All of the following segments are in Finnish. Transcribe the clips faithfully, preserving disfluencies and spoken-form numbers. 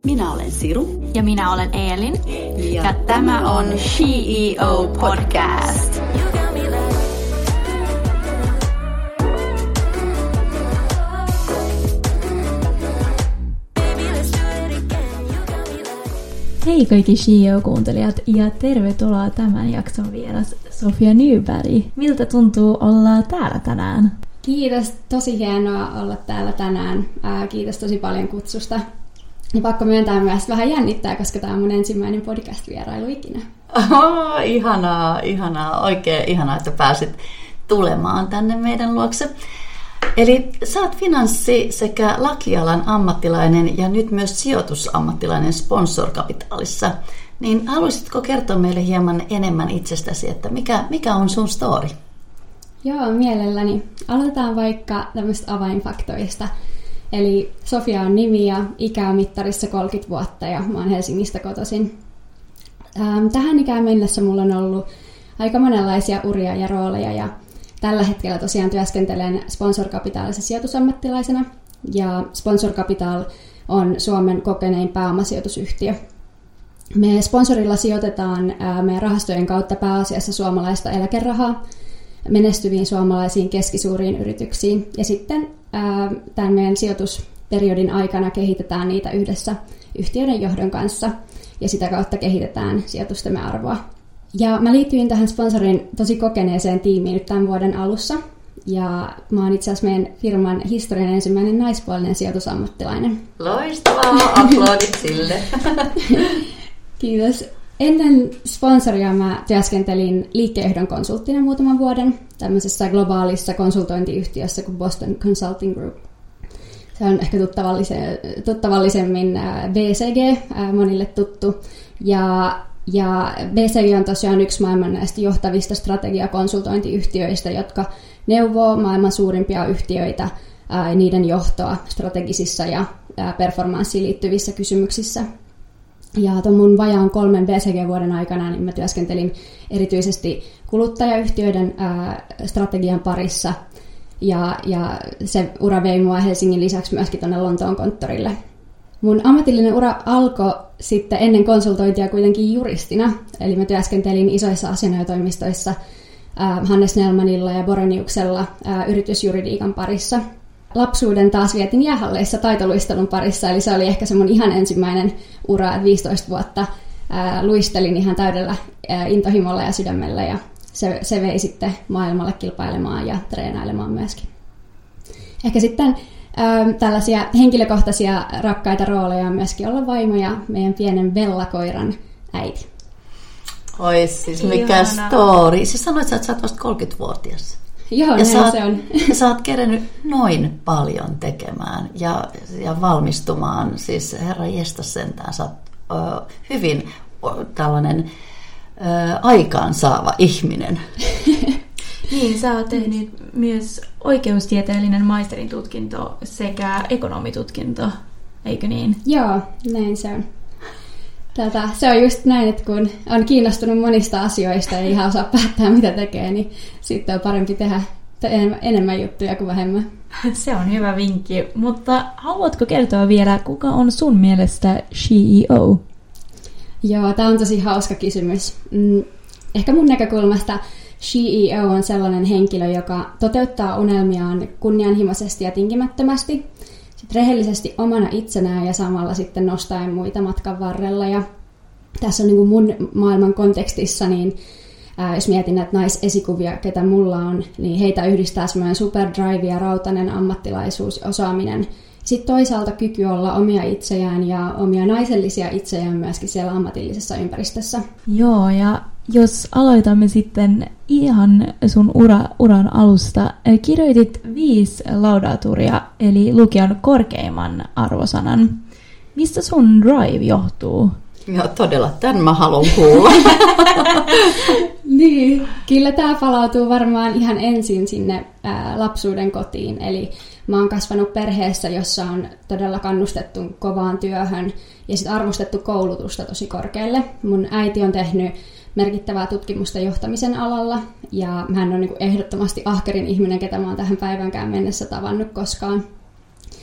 Minä olen Siru. Ja minä olen Eelin. Ja, ja tämä on She E O Podcast. Hei kaikki She E O-kuuntelijat ja tervetuloa tämän jakson vieras Sofia Nyberg. Miltä tuntuu olla täällä tänään? Kiitos, tosi hienoa olla täällä tänään. Ää, kiitos tosi paljon kutsusta. Ja pakko myöntää myös vähän jännittää, koska tämä on mun ensimmäinen podcast-vierailu ikinä. Oho, ihanaa, ihanaa, oikein ihanaa, että pääsit tulemaan tänne meidän luokse. Eli sä oot finanssi- sekä lakialan ammattilainen ja nyt myös sijoitusammattilainen Sponsor-Capitalissa. Niin haluaisitko kertoa meille hieman enemmän itsestäsi, että mikä, mikä on sun story? Joo, mielelläni. Aloitetaan vaikka tämmöistä avainfaktoista. Eli Sofia on nimi ja ikä on mittarissa kolmekymmentä vuotta ja mä oon Helsingistä kotoisin. Ähm, tähän ikään mennessä mulla on ollut aika monenlaisia uria ja rooleja ja tällä hetkellä tosiaan työskentelen Sponsor Capitalissa sijoitusammattilaisena ja Sponsor Capital on Suomen kokenein pääomasijoitusyhtiö. Me sponsorilla sijoitetaan äh, meidän rahastojen kautta pääasiassa suomalaista eläkerahaa menestyviin suomalaisiin keskisuuriin yrityksiin. Ja sitten ää, tämän meidän sijoitusperiodin aikana kehitetään niitä yhdessä yhtiöiden johdon kanssa ja sitä kautta kehitetään sijoitustemme arvoa. Ja mä liityin tähän sponsorin tosi kokeneeseen tiimiin nyt tämän vuoden alussa. Ja mä oon itse asiassa meidän firman historian ensimmäinen naispuolinen sijoitusammattilainen. Loistavaa, aplodit sille. Kiitos. Ennen sponsoria mä työskentelin liikkeenjohdon konsulttina muutaman vuoden tämmöisessä globaalissa konsultointiyhtiössä kuin Boston Consulting Group. Se on ehkä tuttavallisemmin B C G, monille tuttu. Ja, ja B C G on tosiaan yksi maailman näistä johtavista strategiakonsultointiyhtiöistä, jotka neuvoo maailman suurimpia yhtiöitä ja niiden johtoa strategisissa ja performanssiin liittyvissä kysymyksissä. Ja tuon mun vajaan kolmen B C G-vuoden aikana niin mä työskentelin erityisesti kuluttajayhtiöiden ää, strategian parissa. Ja, ja se ura vei mua Helsingin lisäksi myöskin tuonne Lontoon konttorille. Mun ammatillinen ura alkoi sitten ennen konsultointia kuitenkin juristina. Eli mä työskentelin isoissa asianajotoimistoissa ää, Hannes Snellmanilla ja Boreniuksella ää, yritysjuridiikan parissa. Lapsuuden taas vietin jäähalleissa taitoluistelun parissa, eli se oli ehkä se mun ihan ensimmäinen ura, että viisitoista vuotta ää, luistelin ihan täydellä ää, intohimolla ja sydämellä, ja se, se vei sitten maailmalle kilpailemaan ja treenailemaan myöskin. Ehkä sitten ää, tällaisia henkilökohtaisia rakkaita rooleja on myöskin olla vaimo ja meidän pienen Bella-koiran äiti. Oi siis mikä story. Siis sanoit, että sä oot vasta kolmekymmentävuotias. Joo, ja sä oot, se on. Ja sä oot kerennyt noin paljon tekemään ja, ja valmistumaan. Siis herra jestas sentään, sä oot ö, hyvin ö, tällainen ö, aikaansaava ihminen. Niin, sä oot tehnyt myös oikeustieteellinen maisterin tutkinto sekä ekonomitutkinto, eikö niin? Joo, näin se on. Tätä, se on just näin, että kun on kiinnostunut monista asioista ja ei ihan osaa päättää, mitä tekee, niin sitten on parempi tehdä enemmän, enemmän juttuja kuin vähemmän. Se on hyvä vinkki, mutta haluatko kertoa vielä, kuka on sun mielestä She E O? Joo, tämä on tosi hauska kysymys. Ehkä mun näkökulmasta She E O on sellainen henkilö, joka toteuttaa unelmiaan kunnianhimoisesti ja tinkimättömästi, sitten rehellisesti omana itsenään ja samalla sitten nostaen muita matkan varrella. Ja tässä on niin kuin mun maailman kontekstissa, niin ää, jos mietin näitä naisesikuvia, ketä mulla on, niin heitä yhdistää semmoinen superdrive ja rautainen ammattilaisuus ja osaaminen. Sitten toisaalta kyky olla omia itsejään ja omia naisellisia itsejään myöskin siellä ammatillisessa ympäristössä. Joo, ja jos aloitamme sitten ihan sun ura, uran alusta. Kirjoitit viisi laudaturia, eli lukion korkeimman arvosanan. Mistä sun drive johtuu? Joo, todella. Tän mä haluan kuulla. Niin, kyllä tämä palautuu varmaan ihan ensin sinne ää, lapsuuden kotiin. Eli mä oon kasvanut perheessä, jossa on todella kannustettu kovaan työhön ja sit arvostettu koulutusta tosi korkealle. Mun äiti on tehnyt merkittävää tutkimusta johtamisen alalla ja hän on niin kuin ehdottomasti ahkerin ihminen, ketä mä oon tähän päiväänkään mennessä tavannut koskaan.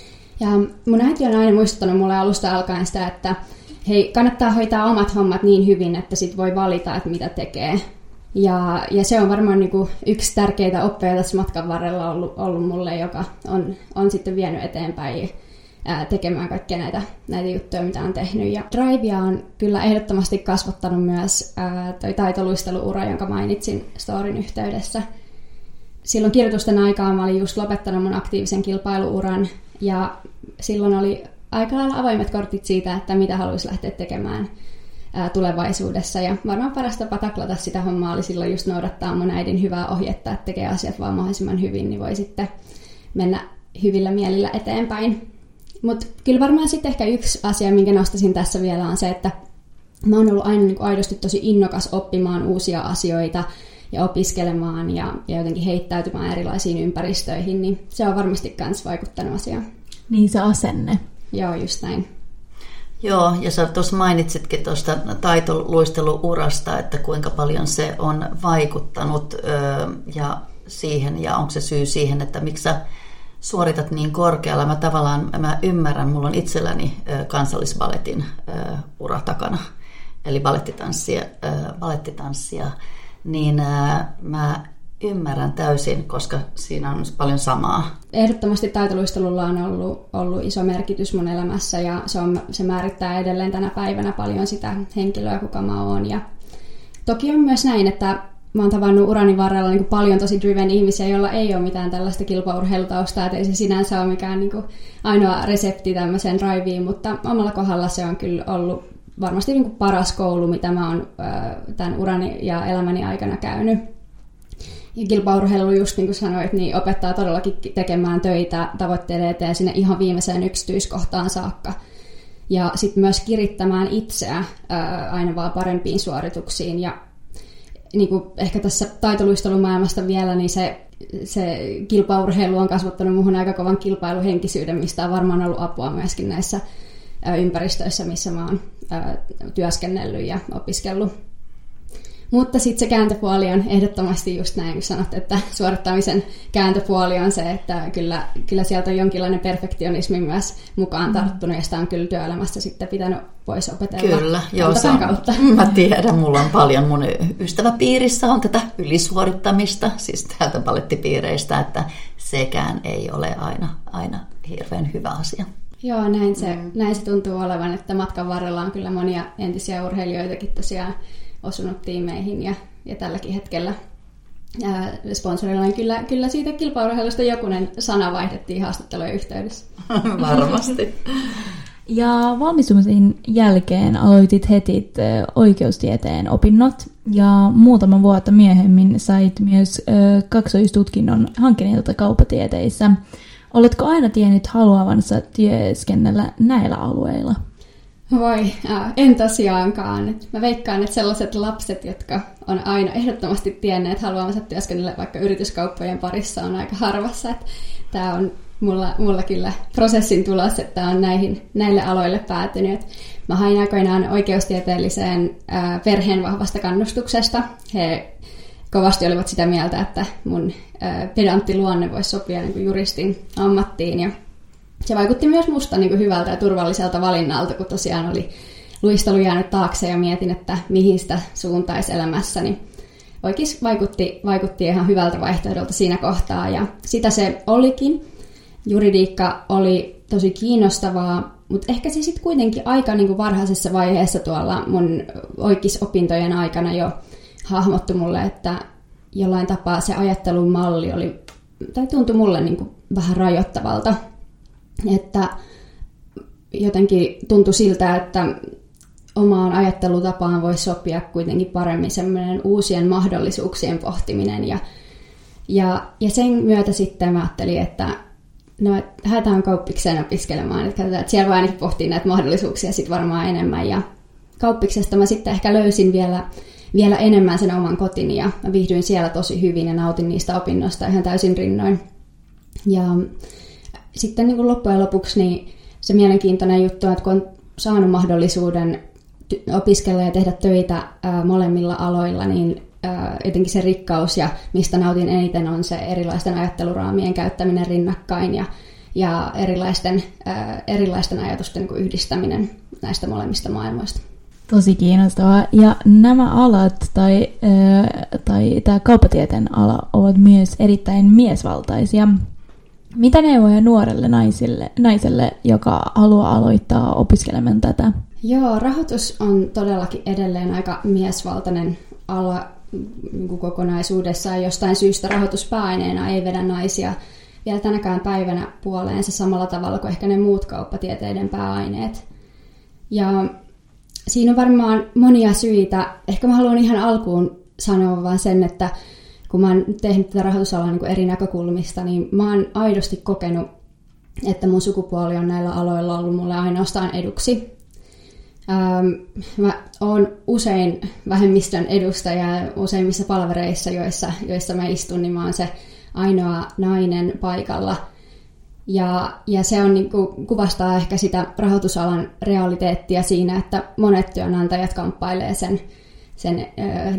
Ja mun äiti on aina muistuttanut mulle alusta alkaen sitä, että hei, kannattaa hoitaa omat hommat niin hyvin, että sit voi valita, että mitä tekee. Ja, ja se on varmaan niin kuin yksi tärkeitä oppeja tässä matkan varrella ollut, ollut mulle, joka on, on sitten vienyt eteenpäin ää, tekemään kaikkia näitä, näitä juttuja, mitä on tehnyt. Ja Drivea on kyllä ehdottomasti kasvattanut myös ää, toi taitoluisteluura, jonka mainitsin storin yhteydessä. Silloin kirjoitusten aikaan mä olin just lopettanut mun aktiivisen kilpailuuran, ja silloin oli aika lailla avoimet kortit siitä, että mitä haluaisi lähteä tekemään tulevaisuudessa. Ja varmaan paras tapa taklata sitä hommaa oli silloin just noudattaa mun äidin hyvää ohjetta, että tekee asiat vaan mahdollisimman hyvin, niin voi sitten mennä hyvillä mielillä eteenpäin. Mutta kyllä varmaan sitten ehkä yksi asia, minkä nostaisin tässä vielä, on se, että mä oon ollut aina niin kuin aidosti tosi innokas oppimaan uusia asioita ja opiskelemaan ja, ja jotenkin heittäytymään erilaisiin ympäristöihin, niin se on varmasti myös vaikuttanut asiaan. Niin se asenne. Joo, just näin. Joo, ja sä tuossa mainitsitkin tuosta taitoluisteluurasta, että kuinka paljon se on vaikuttanut öö, ja siihen, ja onko se syy siihen, että miksi sä suoritat niin korkealla. Mä tavallaan mä ymmärrän, mulla on itselläni ö, kansallisballetin ö, ura takana, eli balettitanssia, ö, balettitanssia niin ö, mä ymmärrän täysin, koska siinä on paljon samaa. Ehdottomasti taitoluistelulla on ollut, ollut iso merkitys mun elämässä, ja se, on, se määrittää edelleen tänä päivänä paljon sitä henkilöä, kuka mä oon. Ja toki on myös näin, että mä oon tavannut urani varrella niin kuin paljon tosi driven ihmisiä, joilla ei ole mitään tällaista kilpaurheilutaustaa, että ei se sinänsä ole mikään niin kuin ainoa resepti tämmöiseen driveen, mutta omalla kohdalla se on kyllä ollut varmasti niin kuin paras koulu, mitä mä oon tämän urani ja elämäni aikana käynyt. Ja kilpaurheilu, just niin kuin sanoit, niin opettaa todellakin tekemään töitä tavoitteiden eteen sinne ihan viimeiseen yksityiskohtaan saakka. Ja sitten myös kirittämään itseä ää, aina vaan parempiin suorituksiin. Ja niin kuin ehkä tässä taitoluistelumaailmasta vielä, niin se, se kilpaurheilu on kasvattanut muuhun aika kovan kilpailuhenkisyyden, mistä on varmaan ollut apua myöskin näissä ää, ympäristöissä, missä mä oon ää, työskennellyt ja opiskellut. Mutta sitten se kääntöpuoli on ehdottomasti just näin, kun sanot, että suorittamisen kääntöpuoli on se, että kyllä, kyllä sieltä on jonkinlainen perfektionismi myös mukaan tarttunut, ja sitä on kyllä työelämässä sitten pitänyt pois opetella. Kyllä, joo, se on, kautta. Mä tiedän, mulla on paljon mun ystäväpiirissä on tätä ylisuorittamista, siis täältä balettipiireistä, että sekään ei ole aina, aina hirveän hyvä asia. Joo, näin se, mm. näin se tuntuu olevan, että matkan varrella on kyllä monia entisiä urheilijoitakin tosiaan osunut tiimeihin, ja, ja tälläkin hetkellä ää, sponsorilla on kyllä, kyllä siitä kilpaurheilusta jokunen sana vaihdettiin haastattelujen yhteydessä. Varmasti. Ja valmistumisen jälkeen aloitit heti oikeustieteen opinnot, ja muutama vuotta myöhemmin sait myös ö, kaksoistutkinnon hankineilta kauppatieteissä. Oletko aina tiennyt haluavansa työskennellä näillä alueilla? Voi, äh, en tosiaankaan. Mä veikkaan, että sellaiset lapset, jotka on aina ehdottomasti tienneet haluamansa työskennellä vaikka yrityskauppojen parissa, on aika harvassa. Tämä on mulla, mulla kyllä prosessin tulos, että on näihin, näille aloille päätynyt. Mä hain aikoinaan oikeustieteelliseen äh, perheen vahvasta kannustuksesta. He kovasti olivat sitä mieltä, että mun äh, pedanttiluonne voisi sopia niin kuin juristin ammattiin, ja se vaikutti myös musta niin kuin hyvältä ja turvalliselta valinnalta, kun tosiaan oli luistelu jäänyt taakse ja mietin, että mihin sitä suuntaisi elämässäni. Oikein vaikutti, vaikutti ihan hyvältä vaihtoehdolta siinä kohtaa, ja sitä se olikin. Juridiikka oli tosi kiinnostavaa, mutta ehkä se sitten kuitenkin aika niin kuin varhaisessa vaiheessa tuolla mun oikeusopintojen aikana jo hahmottui mulle, että jollain tapaa se ajattelun malli oli, tai tuntui mulle niin kuin vähän rajoittavalta. Että jotenkin tuntui siltä, että omaan ajattelutapaan voi sopia kuitenkin paremmin semmoinen uusien mahdollisuuksien pohtiminen. Ja, ja, ja sen myötä sitten mä ajattelin, että no, lähdetään kauppikseen opiskelemaan. Että katsotaan, että siellä voi ainakin pohtia näitä mahdollisuuksia sit varmaan enemmän. Ja kauppiksesta mä sitten ehkä löysin vielä, vielä enemmän sen oman kotini, ja mä viihdyin siellä tosi hyvin ja nautin niistä opinnoista ihan täysin rinnoin. Ja sitten niin kuin loppujen lopuksi niin se mielenkiintoinen juttu, että kun on saanut mahdollisuuden opiskella ja tehdä töitä ää, molemmilla aloilla, niin ää, jotenkin se rikkaus ja mistä nautin eniten on se erilaisten ajatteluraamien käyttäminen rinnakkain ja, ja erilaisten, ää, erilaisten ajatusten niin kuin yhdistäminen näistä molemmista maailmoista. Tosi kiinnostavaa. Ja nämä alat tai, ää, tai tämä kauppatieteen ala ovat myös erittäin miesvaltaisia. Mitä neuvoja nuorelle naisille, naiselle, joka haluaa aloittaa opiskelemaan tätä? Joo, rahoitus on todellakin edelleen aika miesvaltainen ala niin kuin kokonaisuudessaan. Jostain syystä rahoituspääaineena ei vedä naisia vielä tänäkään päivänä puoleensa samalla tavalla kuin ehkä ne muut kauppatieteiden pääaineet. Ja siinä on varmaan monia syitä. Ehkä mä haluan ihan alkuun sanoa vaan sen, että kun mä oon tehnyt tätä rahoitusalaa niin kuin eri näkökulmista, niin mä oon aidosti kokenut, että mun sukupuoli on näillä aloilla ollut mulle ainoastaan eduksi. Ähm, mä oon usein vähemmistön edustaja useimmissa palvereissa, joissa, joissa mä istun, niin mä oon se ainoa nainen paikalla. Ja, ja se on, niin kuin, kuvastaa ehkä sitä rahoitusalan realiteettia siinä, että monet työnantajat kamppailee sen, sen äh,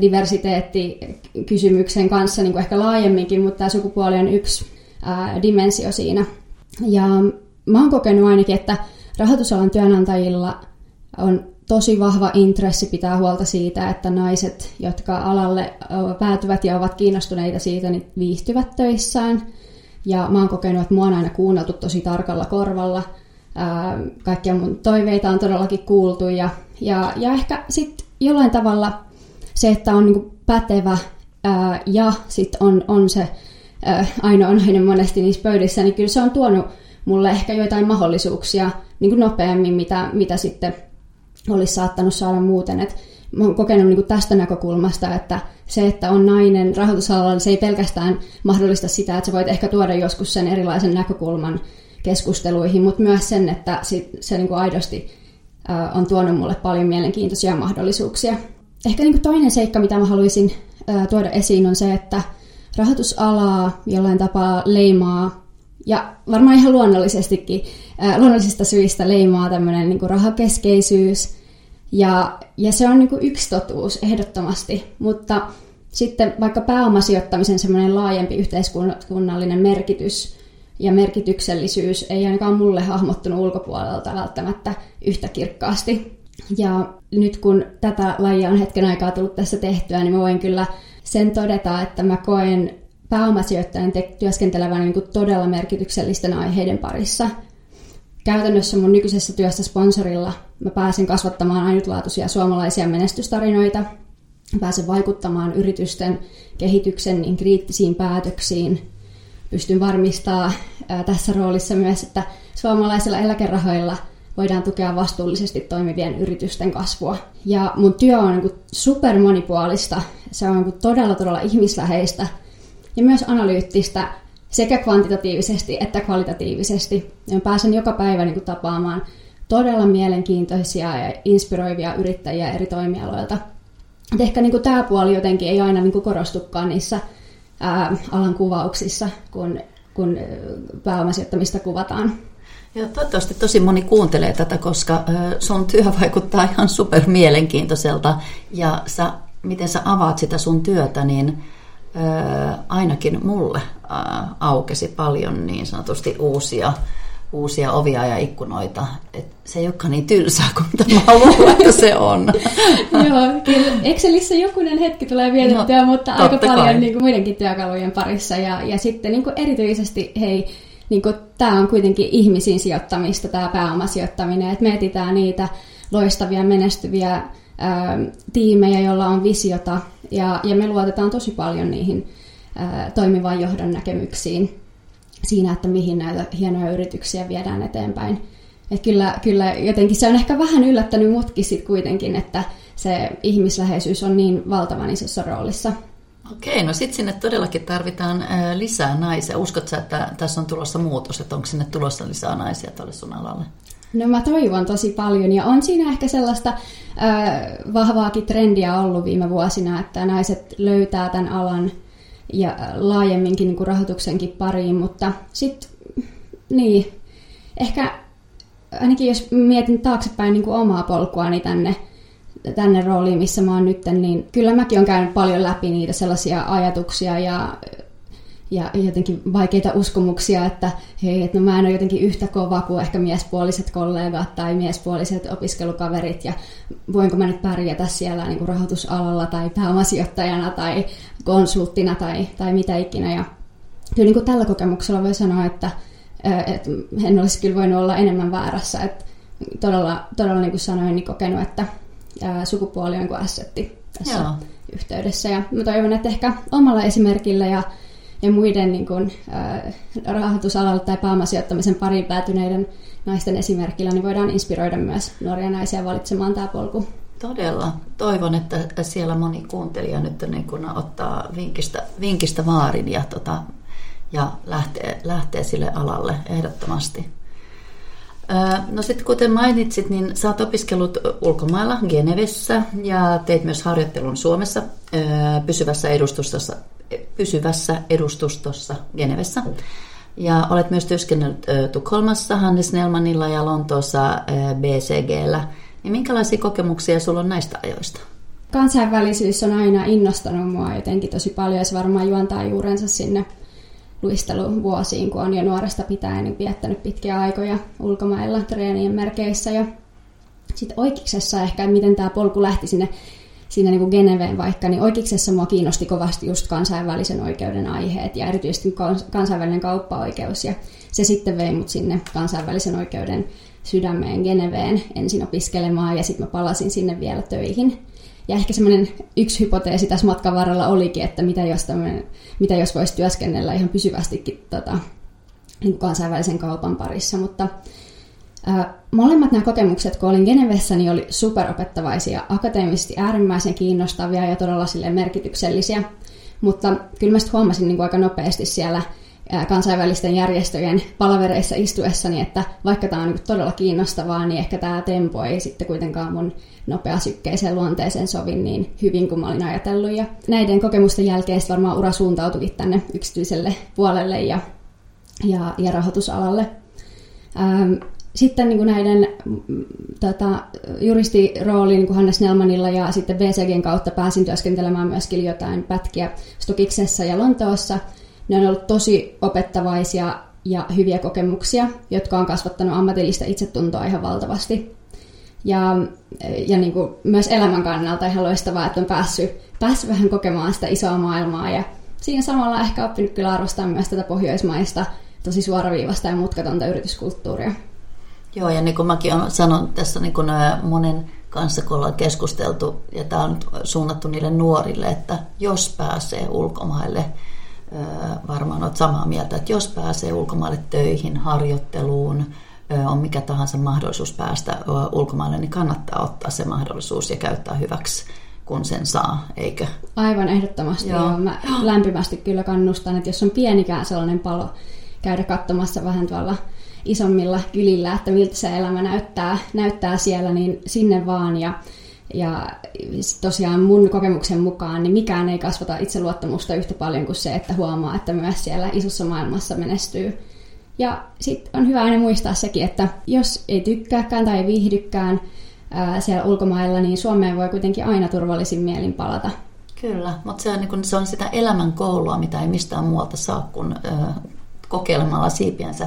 diversiteettikysymyksen kanssa niin kuin ehkä laajemminkin, mutta tämä sukupuoli on yksi äh, dimensio siinä. Ja mä oon kokenut ainakin, että rahoitusalan työnantajilla on tosi vahva intressi pitää huolta siitä, että naiset, jotka alalle päätyvät ja ovat kiinnostuneita siitä, niin viihtyvät töissään. Ja mä oon kokenut, että mua on aina kuunneltu tosi tarkalla korvalla. Ää, kaikkia mun toiveita on todellakin kuultu. Ja, ja, ja ehkä sitten jollain tavalla se, että on niinku pätevä ää, ja sitten on, on se ää, ainoa nainen monesti niissä pöydissä, niin kyllä se on tuonut mulle ehkä joitain mahdollisuuksia niin kuin nopeammin, mitä, mitä sitten olisi saattanut saada muuten. Et mä oon kokenut niin kuin tästä näkökulmasta, että se, että on nainen rahoitusalalla, se ei pelkästään mahdollista sitä, että sä voit ehkä tuoda joskus sen erilaisen näkökulman keskusteluihin, mutta myös sen, että se niin kuin aidosti äh, on tuonut mulle paljon mielenkiintoisia mahdollisuuksia. Ehkä niin kuin toinen seikka, mitä mä haluaisin äh, tuoda esiin, on se, että rahoitusalaa jollain tapaa leimaa, ja varmaan ihan luonnollisestikin, äh, luonnollisista syistä leimaa tämmöinen niin kuin rahakeskeisyys, ja, ja se on niin kuin yksi totuus ehdottomasti, mutta sitten vaikka pääomasijoittamisen semmoinen laajempi yhteiskunnallinen merkitys ja merkityksellisyys ei ainakaan mulle hahmottunut ulkopuolelta välttämättä yhtä kirkkaasti. Ja nyt kun tätä lajia on hetken aikaa tullut tässä tehtyä, niin mä voin kyllä sen todeta, että mä koen pääomasijoittajan te- työskentelevän niin kuin todella merkityksellisten aiheiden parissa. Käytännössä mun nykyisessä työssä sponsorilla mä pääsen kasvattamaan ainutlaatuisia suomalaisia menestystarinoita. Mä pääsen vaikuttamaan yritysten kehityksen niin kriittisiin päätöksiin. Pystyn varmistamaan ää, tässä roolissa myös, että suomalaisilla eläkerahoilla voidaan tukea vastuullisesti toimivien yritysten kasvua. Ja mun työ on niin super monipuolista. Se on niin todella, todella ihmisläheistä ja myös analyyttistä sekä kvantitatiivisesti että kvalitatiivisesti. Ja pääsen joka päivä niin kuin tapaamaan todella mielenkiintoisia ja inspiroivia yrittäjiä eri toimialoilta. Et ehkä niin kuin tämä puoli jotenkin ei aina niin kuin korostukaan niissä ää, alan kuvauksissa, kun, kun pääomasijoittamista kuvataan. Ja toivottavasti tosi moni kuuntelee tätä, koska sun työ vaikuttaa ihan super mielenkiintoiselta ja sä, miten sä avaat sitä sun työtä, niin ainakin mulle aukesi paljon niin sanotusti uusia, uusia ovia ja ikkunoita. Et se ei olekaan niin tylsää kuin mä luulen, että se on. Joo, kyllä Excelissä jokunen hetki tulee vietettyä, no, mutta aika paljon niin kuin muidenkin työkalujen parissa. Ja, ja sitten niin kuin erityisesti, hei, niin kuin, tämä on kuitenkin ihmisiin sijoittamista, tämä pääomasijoittaminen, että me etsitään niitä loistavia, menestyviä ää, tiimejä, joilla on visiota, ja, ja me luotetaan tosi paljon niihin ää, toimivan johdon näkemyksiin siinä, että mihin näitä hienoja yrityksiä viedään eteenpäin. Et kyllä, kyllä jotenkin se on ehkä vähän yllättänyt mutkin sit kuitenkin, että se ihmisläheisyys on niin valtavan isossa roolissa. Okei, no sitten sinne todellakin tarvitaan lisää naisia. Uskotko sä, että tässä on tulossa muutos, että onko sinne tulossa lisää naisia tuolle sun alalle? No mä toivon tosi paljon, ja on siinä ehkä sellaista äh, vahvaakin trendiä ollut viime vuosina, että naiset löytää tämän alan ja laajemminkin niin kuin rahoituksenkin pariin, mutta sitten niin, ehkä ainakin jos mietin taaksepäin niin kuin omaa polkuani tänne, tänne rooliin, missä mä oon nyt, niin kyllä mäkin olen käynyt paljon läpi niitä sellaisia ajatuksia ja, ja jotenkin vaikeita uskomuksia, että hei, että no mä en ole jotenkin yhtä kova kuin ehkä miespuoliset kollegat tai miespuoliset opiskelukaverit, ja voinko mä nyt pärjätä siellä niin kuin rahoitusalalla tai pääomasijoittajana tai konsulttina tai, tai mitä ikinä. Ja kyllä niin kuin tällä kokemuksella voi sanoa, että, että en olisi kyllä voinut olla enemmän väärässä. Että todella, todella niin kuin sanoin, niin kokenut, että sukupuoli on kuin assetti tässä Joo. yhteydessä. Ja mä toivon, että ehkä omalla esimerkillä ja ja muiden niin kuin, äh, rahoitusalalla tai pääomasijoittamisen pariin päätyneiden naisten esimerkillä, niin voidaan inspiroida myös nuoria naisia valitsemaan tämä polku. Todella. Toivon, että siellä moni kuuntelija nyt niin kuin ottaa vinkistä, vinkistä vaarin ja, tota, ja lähtee, lähtee sille alalle ehdottomasti. No sitten kuten mainitsit, niin sä oot opiskellut ulkomailla Genevessä ja teit myös harjoittelun Suomessa pysyvässä edustustossa, pysyvässä edustustossa Genevessä. Ja olet myös työskennellyt Tukholmassa Hannes Snellmanilla ja Lontoossa B C G:llä. Niin minkälaisia kokemuksia sulla on näistä ajoista? Kansainvälisyys on aina innostanut mua jotenkin tosi paljon ja se varmaan juontaa juurensa sinne luisteluvuosiin, kun on jo nuoresta pitäen niin viettänyt pitkiä aikoja ulkomailla treenien merkeissä. Ja sitten Oikiksessa ehkä, miten tämä polku lähti sinne, sinne niin kuin Geneveen vaikka, niin Oikiksessa mua kiinnosti kovasti just kansainvälisen oikeuden aiheet ja erityisesti kansainvälinen kauppaoikeus. Ja se sitten vei mut sinne kansainvälisen oikeuden sydämeen Geneveen ensin opiskelemaan ja sitten mä palasin sinne vielä töihin. Ja ehkä semmoinen yksi hypoteesi tässä matkan varrella olikin, että mitä jos, mitä jos voisi työskennellä ihan pysyvästikin tota, niin kansainvälisen kaupan parissa. Mutta ää, molemmat nämä kokemukset, kun olin Genevessä, niin oli superopettavaisia, akateemisesti äärimmäisen kiinnostavia ja todella silleen merkityksellisiä. Mutta kyllä mä sitten huomasin niin kuin aika nopeasti siellä kansainvälisten järjestöjen palavereissa istuessani, että vaikka tämä on niin todella kiinnostavaa, niin ehkä tämä tempo ei sitten kuitenkaan mun nopeasykkeiseen luonteeseen sovi niin hyvin kuin mä olin ajatellut. Ja näiden kokemusten jälkeen varmaan ura suuntautuikin tänne yksityiselle puolelle ja, ja, ja rahoitusalalle. Ähm, sitten niin kuin näiden tota, juristirooliin niin kuin Hannes Snellmanilla ja sitten B C G:n kautta pääsin työskentelemään myöskin jotain pätkiä Stokiksessa ja Lontoossa. Ne on ollut tosi opettavaisia ja hyviä kokemuksia, jotka on kasvattanut ammatillista itsetuntoa ihan valtavasti. Ja, ja niin kuin myös elämän kannalta ihan loistavaa, että on päässyt, päässyt vähän kokemaan sitä isoa maailmaa. Ja siinä samalla ehkä oppinut kyllä arvostaa myös tätä pohjoismaista, tosi suoraviivasta ja mutkatonta yrityskulttuuria. Joo, ja niin kuin mäkin olen sanonut tässä niin kuin monen kanssa, kun ollaan keskusteltu, ja tämä on nyt suunnattu niille nuorille, että jos pääsee ulkomaille, varmaan olet samaa mieltä, että jos pääsee ulkomaille töihin, harjoitteluun, on mikä tahansa mahdollisuus päästä ulkomaille, niin kannattaa ottaa se mahdollisuus ja käyttää hyväksi, kun sen saa, eikö? Aivan ehdottomasti. Joo. Joo. Mä lämpimästi kyllä kannustan, että jos on pienikään sellainen palo, käydä katsomassa vähän tuolla isommilla kylillä, että miltä se elämä näyttää, näyttää siellä, niin sinne vaan. Ja Ja tosiaan mun kokemuksen mukaan niin mikään ei kasvata itseluottamusta yhtä paljon kuin se, että huomaa, että myös siellä isossa maailmassa menestyy. Ja sitten on hyvä aina muistaa sekin, että jos ei tykkääkään tai ei viihdykään ää, siellä ulkomailla, niin Suomeen voi kuitenkin aina turvallisin mielin palata. Kyllä, mutta se on, niin kun, se on sitä elämän koulua, mitä ei mistään muualta saa kuin äh, kokeilemalla siipiensä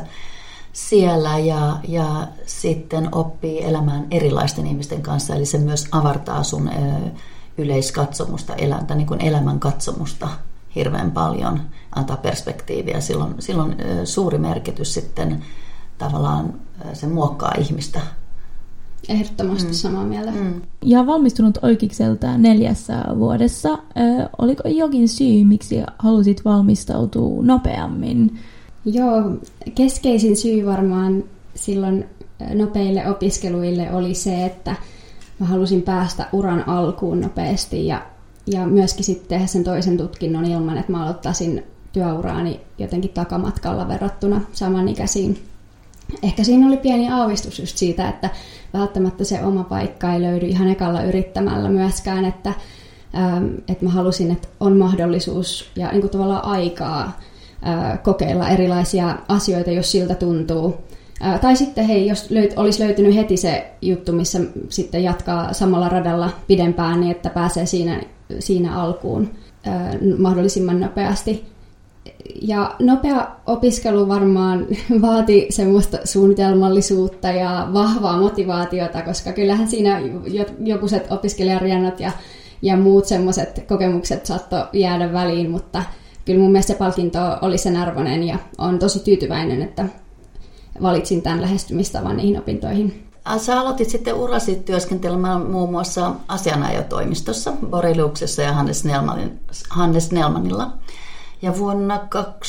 siellä ja, ja sitten oppii elämään erilaisten ihmisten kanssa, eli se myös avartaa sun ö, yleiskatsomusta, elämää, niin kuin elämän katsomusta hirveän paljon, antaa perspektiiviä. Silloin, silloin ö, suuri merkitys sitten tavallaan ö, se muokkaa ihmistä. Ehdottomasti mm. samaa mieltä. Mm. Ja valmistunut Oikikselta neljässä vuodessa. Ö, oliko jokin syy, miksi halusit valmistautua nopeammin? Joo, keskeisin syy varmaan silloin nopeille opiskeluille oli se, että mä halusin päästä uran alkuun nopeasti ja, ja myöskin sitten tehdä sen toisen tutkinnon ilman, että mä aloittaisin työuraani jotenkin takamatkalla verrattuna samanikäisiin. Ehkä siinä oli pieni aavistus just siitä, että välttämättä se oma paikka ei löydy ihan ekalla yrittämällä myöskään, että, ähm, että mä halusin, että on mahdollisuus ja niin kuin tavallaan aikaa kokeilla erilaisia asioita, jos siltä tuntuu. Tai sitten hei, jos löyt, olisi löytynyt heti se juttu, missä sitten jatkaa samalla radalla pidempään, niin että pääsee siinä, siinä alkuun mahdollisimman nopeasti. ja nopea opiskelu varmaan vaati semmoista suunnitelmallisuutta ja vahvaa motivaatiota, koska kyllähän siinä jokuiset opiskelijarjannot ja, ja muut semmoiset kokemukset saattoi jäädä väliin, mutta kyllä mun mielestä se palkinto oli sen arvoinen ja olen tosi tyytyväinen, että valitsin tämän lähestymistavan niihin opintoihin. Sä aloitit sitten urasi työskentelemään muun muassa asianajotoimistossa, Boreliuksessa ja Hannes, Nelmanin, Hannes Nelmanilla. Ja vuonna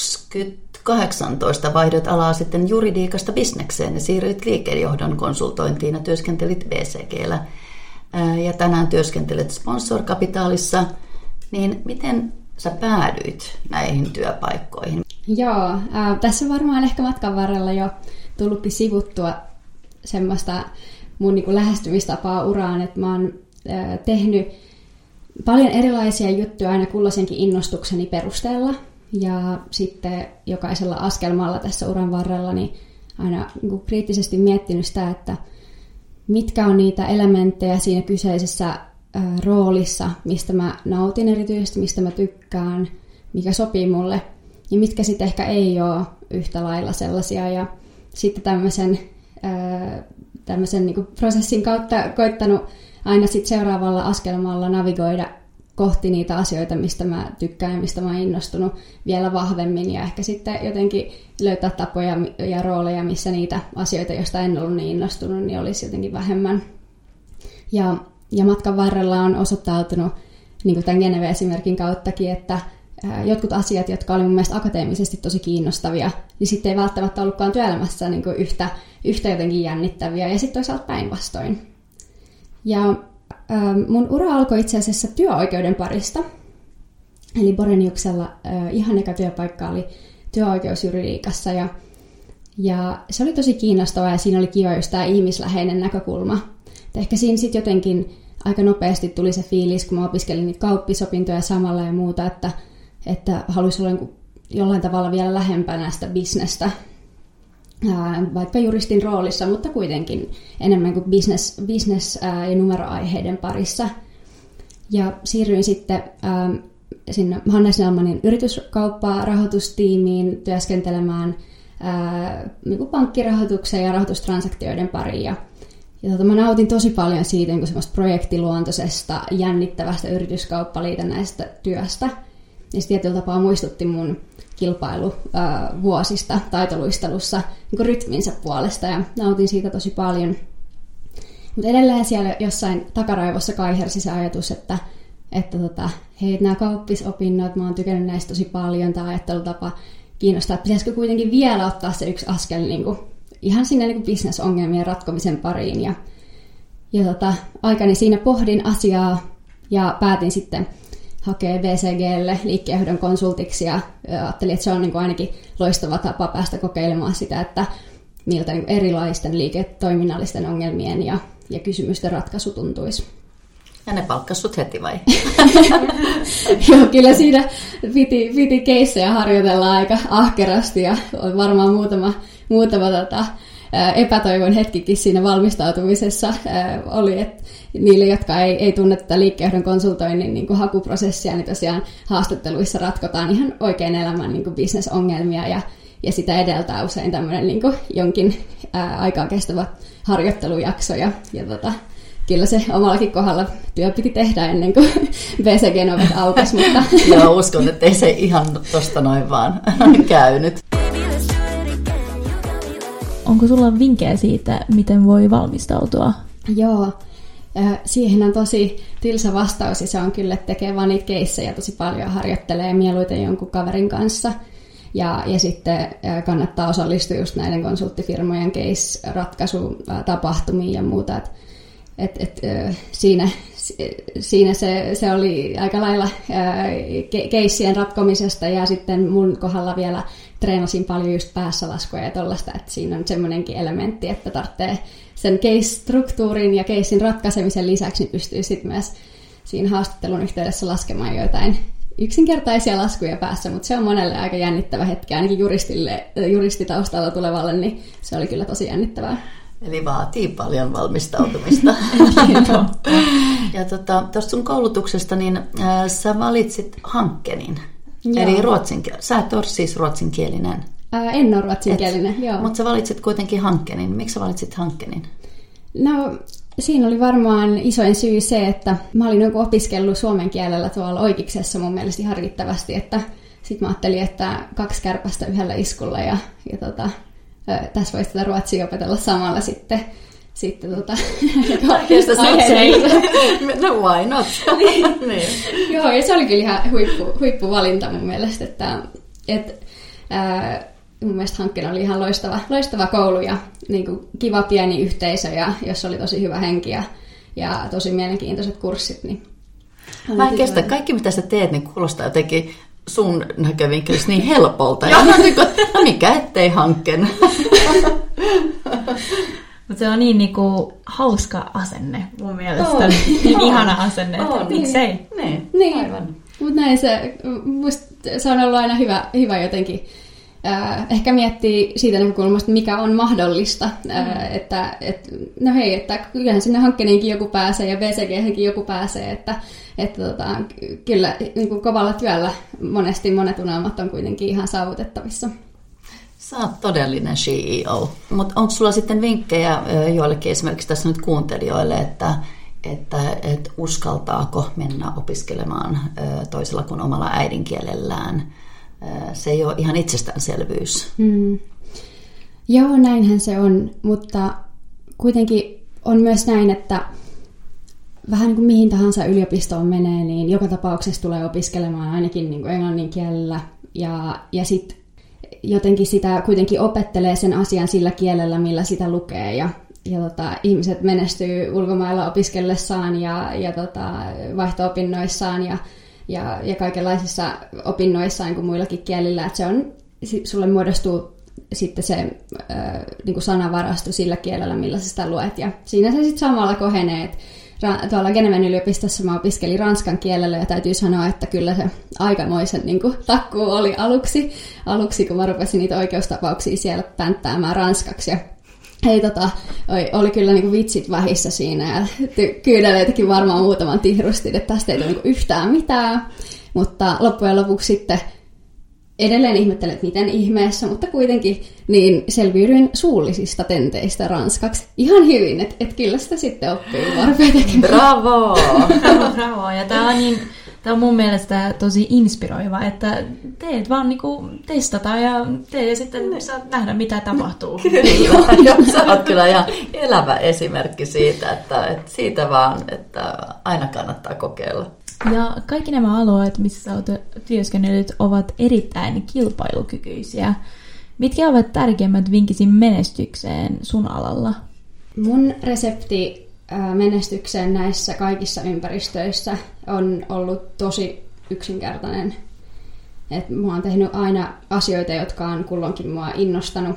kaksituhattakahdeksantoista vaihdoit alaa sitten juridiikasta bisnekseen ja siirryit liikejohdon konsultointiin ja työskentelit B C G:llä. Ja tänään työskentelet Sponsor Capitalissa. Niin miten sä päädyit näihin työpaikkoihin? Joo, äh, tässä on varmaan ehkä matkan varrella jo tullutkin sivuttua semmoista mun niin kuin lähestymistapaa uraan, että mä oon äh, tehnyt paljon erilaisia juttuja aina kulloisenkin innostukseni perusteella. Ja sitten jokaisella askelmalla tässä uran varrella niin aina niin kuin kriittisesti miettinyt sitä, että mitkä on niitä elementtejä siinä kyseisessä äh, roolissa, mistä mä nautin erityisesti, mistä mä tykkään, mikä sopii mulle. Ja mitkä sitten ehkä ei ole yhtä lailla sellaisia. Ja sitten tämmöisen, ää, tämmöisen niin kuin prosessin kautta koittanut aina sitten seuraavalla askelmalla navigoida kohti niitä asioita, mistä mä tykkään ja mistä mä oon innostunut vielä vahvemmin. Ja ehkä sitten jotenkin löytää tapoja ja rooleja, missä niitä asioita, joista en ollut niin innostunut, niin olisi jotenkin vähemmän. Ja, ja matkan varrella on osoittautunut, niin kuin tämän Geneve-esimerkin kauttakin, että jotkut asiat, jotka oli mun mielestä akateemisesti tosi kiinnostavia, niin sitten ei välttämättä ollutkaan työelämässä niin kuin yhtä, yhtä jotenkin jännittäviä, ja sitten toisaalta päinvastoin. Ja ähm, mun ura alkoi itse asiassa työoikeuden parista. Eli Boreniuksella äh, ihan eka työpaikka oli työoikeusjuridiikassa, ja, ja se oli tosi kiinnostavaa, ja siinä oli kiva just tämä ihmisläheinen näkökulma. Et ehkä siinä sitten jotenkin aika nopeasti tuli se fiilis, kun mä opiskelin niitä kauppisopintoja samalla ja muuta, että että haluaisi olla jollain tavalla vielä lähempänä sitä bisnestä, vaikka juristin roolissa, mutta kuitenkin enemmän kuin business, business ja numeroaiheiden parissa. Ja siirryin sitten sinne Hannes Nelmanin yrityskauppaa rahoitustiimiin työskentelemään niin kuin pankkirahoituksen ja rahoitustransaktioiden pariin. Ja, ja tota, mä nautin tosi paljon siitä niin kuin semmoista projektiluontoisesta, jännittävästä yrityskauppaliitännäisestä työstä. Ja se tietyllä tapaa muistutti mun kilpailuvuosista taitoluistelussa niin rytminsä puolesta, ja nautin siitä tosi paljon. Mutta edelleen siellä jossain takaraivossa kaihersi se ajatus, että, että tota, hei, nämä kauppisopinnot, mä oon tykännyt näistä tosi paljon, tämä ajattelutapa kiinnostaa, että pitäisikö kuitenkin vielä ottaa se yksi askel niin kuin, ihan sinne niin kuin bisnesongelmien ratkomisen pariin. Ja, ja tota, aikani siinä pohdin asiaa ja päätin sitten hakee B C G:lle liikkeenjohdon konsultiksi, ja ajattelin, että se on niin kuin ainakin loistava tapa päästä kokeilemaan sitä, että miltä niin kuin erilaisten liiketoiminnallisten ongelmien ja, ja kysymysten ratkaisu tuntuisi. Ja ne palkkasut heti vai? Joo, kyllä siinä piti, piti keissejä harjoitella aika ahkerasti, ja on varmaan muutama, muutama tota, epätoivon hetkikin siinä valmistautumisessa oli, että niille, jotka ei, ei tunne tätä liikkeenjohdon konsultoinnin niin kuin hakuprosessia, niin tosiaan haastatteluissa ratkotaan ihan oikein elämän niin kuin bisnesongelmia, ja, ja sitä edeltää usein tämmöinen niin kuin jonkin ää, aikaa kestävä harjoittelujakso, ja, ja tota, kyllä se omallakin kohdalla työ piti tehdä ennen kuin B C G:n ovet aukesi, mutta... Joo, uskon, että ei se ihan tosta noin vaan käynyt. Onko sulla vinkkejä siitä, miten voi valmistautua? Joo, siihen on tosi tylsä vastaus, ja se on kyllä, että tekee vaan niitä keissejä tosi paljon, harjoittelee mieluiten jonkun kaverin kanssa. Ja, ja sitten kannattaa osallistua just näiden konsulttifirmojen case-ratkaisutapahtumiin ja muuta. Et, et, et, siinä siinä se, se oli aika lailla keissien ratkomisesta, ja sitten mun kohdalla vielä treenasin paljon just päässälaskuja ja tollaista, että siinä on semmoinenkin elementti, että tarvitsee sen case-struktuurin ja casein ratkaisemisen lisäksi niin pystyy sitten myös siinä haastattelun yhteydessä laskemaan joitain yksinkertaisia laskuja päässä, mutta se on monelle aika jännittävä hetki, ainakin juristille, juristitaustalla tulevalle, niin se oli kyllä tosi jännittävää. Eli vaatii paljon valmistautumista. Ja tuosta tota, sun koulutuksesta, niin äh, sä valitsit Hankenin Joo. Eli ruotsin, sä et ole siis ruotsinkielinen. Ää, en ole ruotsinkielinen, joo. Mutta sä valitsit kuitenkin Hankkenin. Miksi sä valitsit Hankkenin? No, siinä oli varmaan isoin syy se, että mä olin joku opiskellut suomen kielellä tuolla Oikiksessa mun mielestä ihan riittävästi, että sit mä ajattelin, että kaksi kärpästä yhdellä iskulla ja, ja tota, tässä voisi tätä ruotsia opetella samalla sitten. Sitten tota... No why not? niin. Joo, ja se oli kyllä ihan huippu, huippuvalinta mun mielestä, että et, ää, mun mielestä Hankkeen oli ihan loistava, loistava koulu ja niin kuin kiva pieni yhteisö, ja jossa oli tosi hyvä henki ja, ja tosi mielenkiintoiset kurssit. Niin mä en kestä, kaikki mitä sä teet, niin kuulostaa jotenkin sun näkövinkkelistä niin helpolta. Ja no mikä ettei Hankkeen. Mutta se on niin niinku hauska asenne mun mielestä. On, niin ihana asenne, että on, miksei. Niin, niin. Aivan. Mutta näin se, musta se on ollut aina hyvä, hyvä jotenkin. Äh, ehkä miettii siitä näkökulmasta, mikä on mahdollista. Mm. Äh, että, et, no hei, että kyllähän sinne Hankkeeninkin joku pääsee ja B C G:henkin joku pääsee. Että, että tota, kyllä niin kuin kovalla työllä monesti monet unelmat on kuitenkin ihan saavutettavissa. Sä oot todellinen C E O. Mutta onko sulla sitten vinkkejä joillekin esimerkiksi tässä nyt kuuntelijoille, että, että, että uskaltaako mennä opiskelemaan toisella kuin omalla äidinkielellään? Se ei ole ihan itsestäänselvyys. Mm. Joo, näinhän se on, mutta kuitenkin on myös näin, että vähän niin kuin mihin tahansa yliopistoon menee, niin joka tapauksessa tulee opiskelemaan ainakin niin kuin englannin kielellä ja, ja sitten jotenkin sitä kuitenkin opettelee sen asian sillä kielellä, millä sitä lukee. Ja, ja tota, ihmiset menestyy ulkomailla opiskellessaan ja, ja tota, vaihto-opinnoissaan ja, ja, ja kaikenlaisissa opinnoissaan kuin muillakin kielillä. Et se on, sulle muodostuu sitten se äh, niin kuin sanavarasto sillä kielellä, millä sä sitä luet. Ja siinä se sitten samalla kohenee, että tuolla Geneven yliopistossa mä opiskelin ranskan kielellä ja täytyy sanoa, että kyllä se aikamoisen niin kuin, takkuu oli aluksi, aluksi, kun mä rupesin niitä oikeustapauksia siellä pänttäämään ranskaksi. Ja hei, tota, oli, oli kyllä niin kuin vitsit vähissä siinä ja kyydeleitäkin varmaan muutaman tihrustin, että tästä ei ole niin kuin yhtään mitään. Mutta loppujen lopuksi sitten edelleen ihmettelen, että miten ihmeessä, mutta kuitenkin niin selviydyin suullisista tenteistä ranskaksi ihan hyvin, että et kyllä sitä sitten oppii varpeen tekemään. Bravo! Bravo! Ja tämä on, niin, tää on mun mielestä tosi inspiroiva, että teet vaan niinku testataan ja teet ja sitten saat nähdä, mitä tapahtuu. Kyllä, sä oot kyllä ihan elävä esimerkki siitä, että, että siitä vaan, että aina kannattaa kokeilla. Ja kaikki nämä alueet, missä sä oot työskennellyt, ovat erittäin kilpailukykyisiä. Mitkä ovat tärkeimmät vinkisi menestykseen sun alalla? Mun resepti menestykseen näissä kaikissa ympäristöissä on ollut tosi yksinkertainen. Et mä oon tehnyt aina asioita, jotka on kulloinkin mua innostanut.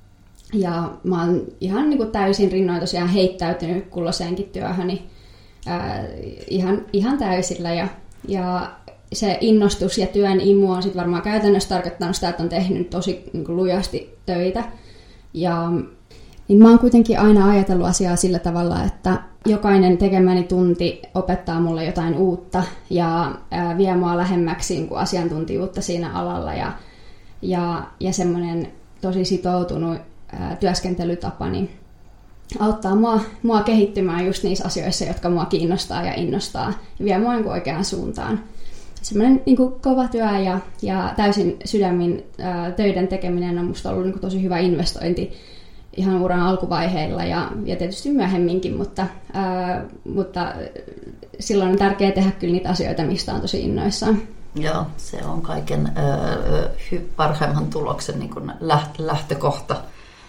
Ja mä oon ihan niin kuin täysin rinnoin tosiaan heittäytynyt kulloiseenkin työhöni. Äh, ihan, ihan täysillä ja, ja se innostus ja työn imu on sit varmaan käytännössä tarkoittanut sitä, että on tehnyt tosi niin kuin lujasti töitä. Ja niin mä oon kuitenkin aina ajatellut asiaa sillä tavalla, että jokainen tekemäni tunti opettaa mulle jotain uutta ja äh, vie mua lähemmäksi niin kuin asiantuntijuutta siinä alalla ja, ja, ja semmoinen tosi sitoutunut äh, työskentelytapa, niin auttaa mua, mua kehittymään just niissä asioissa, jotka mua kiinnostaa ja innostaa ja vie mua niin kuin oikeaan suuntaan. Semmoinen niin kuin kova työ ja, ja täysin sydämin ää, töiden tekeminen on musta ollut niin kuin tosi hyvä investointi ihan uran alkuvaiheilla ja, ja tietysti myöhemminkin, mutta, ää, mutta silloin on tärkeää tehdä kyllä niitä asioita, mistä on tosi innoissaan. Joo, se on kaiken öö, parhaimman tuloksen niin kuin lähtökohta.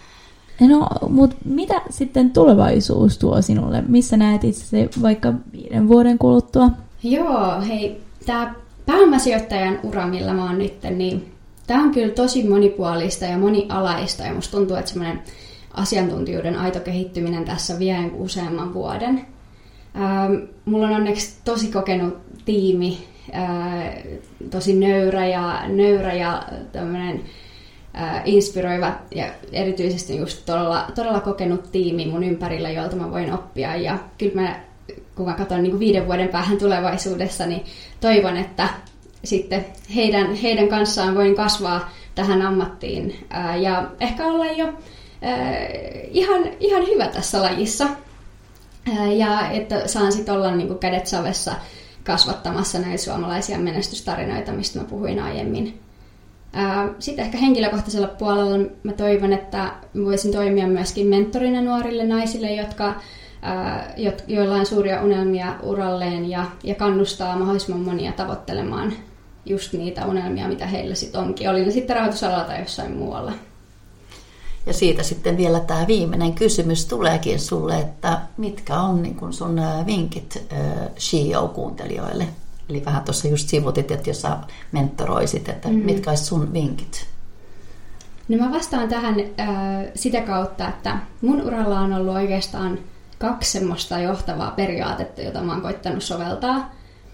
No, mutta mitä sitten tulevaisuus tuo sinulle? Missä näet itse vaikka viiden vuoden kuluttua? Joo, hei, tämä pääomasijoittajan ura, millä mä oon nyt, niin tämä on kyllä tosi monipuolista ja monialaista ja musta tuntuu, että semmoinen asiantuntijuuden aito kehittyminen tässä vie useamman vuoden. Ähm, mulla on onneksi tosi kokenut tiimi, äh, tosi nöyrä ja, nöyrä ja tämmöinen äh, inspiroiva ja erityisesti just todella, todella kokenut tiimi mun ympärillä, jolta mä voin oppia. Ja kyllä mä, kun mä katson niin kuin viiden vuoden päähän tulevaisuudessa, niin toivon, että sitten heidän, heidän kanssaan voin kasvaa tähän ammattiin ää, ja ehkä olla jo ää, ihan, ihan hyvä tässä lajissa. Ää, ja että saan sitten olla niin kuin kädet savessa kasvattamassa näitä suomalaisia menestystarinoita, mistä mä puhuin aiemmin. Sitten ehkä henkilökohtaisella puolella mä toivon, että voisin toimia myöskin mentorina nuorille naisille, jotka, joilla on suuria unelmia uralleen ja, ja kannustaa mahdollisimman monia tavoittelemaan just niitä unelmia, mitä heillä sitten onkin. Oli ne sitten rahoitusalalla tai jossain muualla. Ja siitä sitten vielä tämä viimeinen kysymys tuleekin sulle, että mitkä on niin kun sun vinkit S H E O-kuuntelijoille? Eli vähän tuossa just sivutit, että jos sä mentoroisit, että mm-hmm. mitkä olisi sun vinkit? No mä vastaan tähän äh, sitä kautta, että mun uralla on ollut oikeastaan kaksi semmoista johtavaa periaatetta, jota mä oon koittanut soveltaa.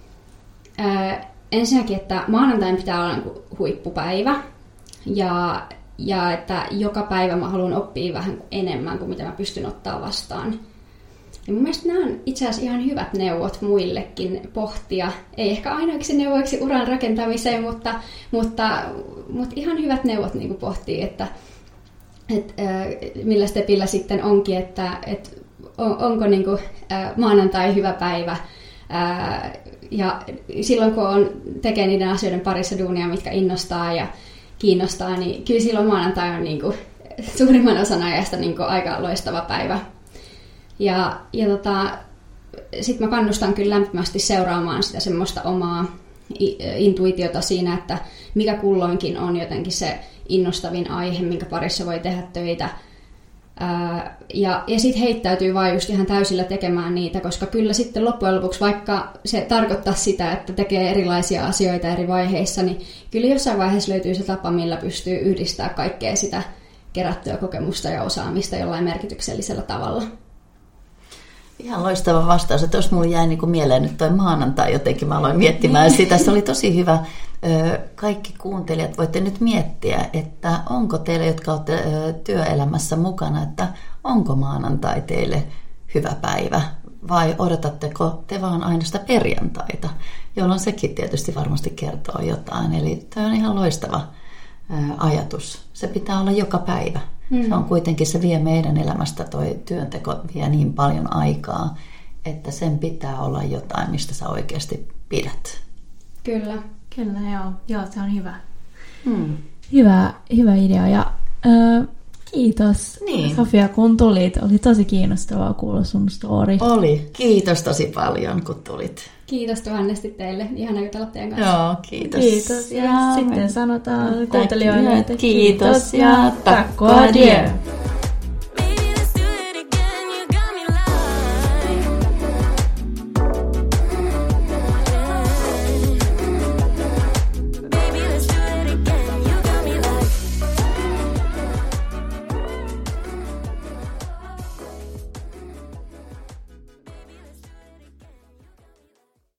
Äh, ensinnäkin, että maanantain pitää olla huippupäivä ja, ja että joka päivä mä haluan oppia vähän enemmän kuin mitä mä pystyn ottaa vastaan. Ja mun mielestä nämä on itse asiassa ihan hyvät neuvot muillekin pohtia. Ei ehkä ainoaksi neuvoiksi uran rakentamiseen, mutta, mutta, mutta ihan hyvät neuvot niin kuin pohtia, että, että millä stepillä sitten onkin, että, että onko niin kuin maanantai hyvä päivä. Ja silloin kun on, tekee niiden asioiden parissa duunia, mitkä innostaa ja kiinnostaa, niin kyllä silloin maanantai on niin kuin suurimman osan ajasta niin kuin aika loistava päivä. Ja, ja tota, sitten mä kannustan kyllä lämpimästi seuraamaan sitä semmoista omaa intuitiota siinä, että mikä kulloinkin on jotenkin se innostavin aihe, minkä parissa voi tehdä töitä. Ää, ja ja sitten heittäytyy vaan just ihan täysillä tekemään niitä, koska kyllä sitten loppujen lopuksi, vaikka se tarkoittaa sitä, että tekee erilaisia asioita eri vaiheissa, niin kyllä jossain vaiheessa löytyy se tapa, millä pystyy yhdistämään kaikkea sitä kerättyä kokemusta ja osaamista jollain merkityksellisellä tavalla. Ihan loistava vastaus, että jos mulla jäi niin kuin mieleen nyt toi maanantai jotenkin, mä aloin miettimään sitä, se oli tosi hyvä. Kaikki kuuntelijat voitte nyt miettiä, että onko teille, jotka olette työelämässä mukana, että onko maanantai teille hyvä päivä vai odotatteko te vaan aina sitä perjantaita, jolloin sekin tietysti varmasti kertoo jotain. Eli toi on ihan loistava ajatus. Se pitää olla joka päivä. Mm. Se on kuitenkin, se vie meidän elämästä, toi työnteko vie niin paljon aikaa, että sen pitää olla jotain, mistä sä oikeasti pidät. Kyllä. Kyllä, joo. Joo, se on hyvä. Mm. Hyvä, hyvä idea. Ja äh, kiitos niin. Sofia, kun tulit. Oli tosi kiinnostavaa kuulla sun story. Oli. Kiitos tosi paljon, kun tulit. Kiitos tuhannesti teille. Ihana jutella teidän kanssa. Joo, kiitos. Kiitos. Ja, ja sitten sanotaan kuuntelijoille, että kiitos, kiitos ja takko adieu.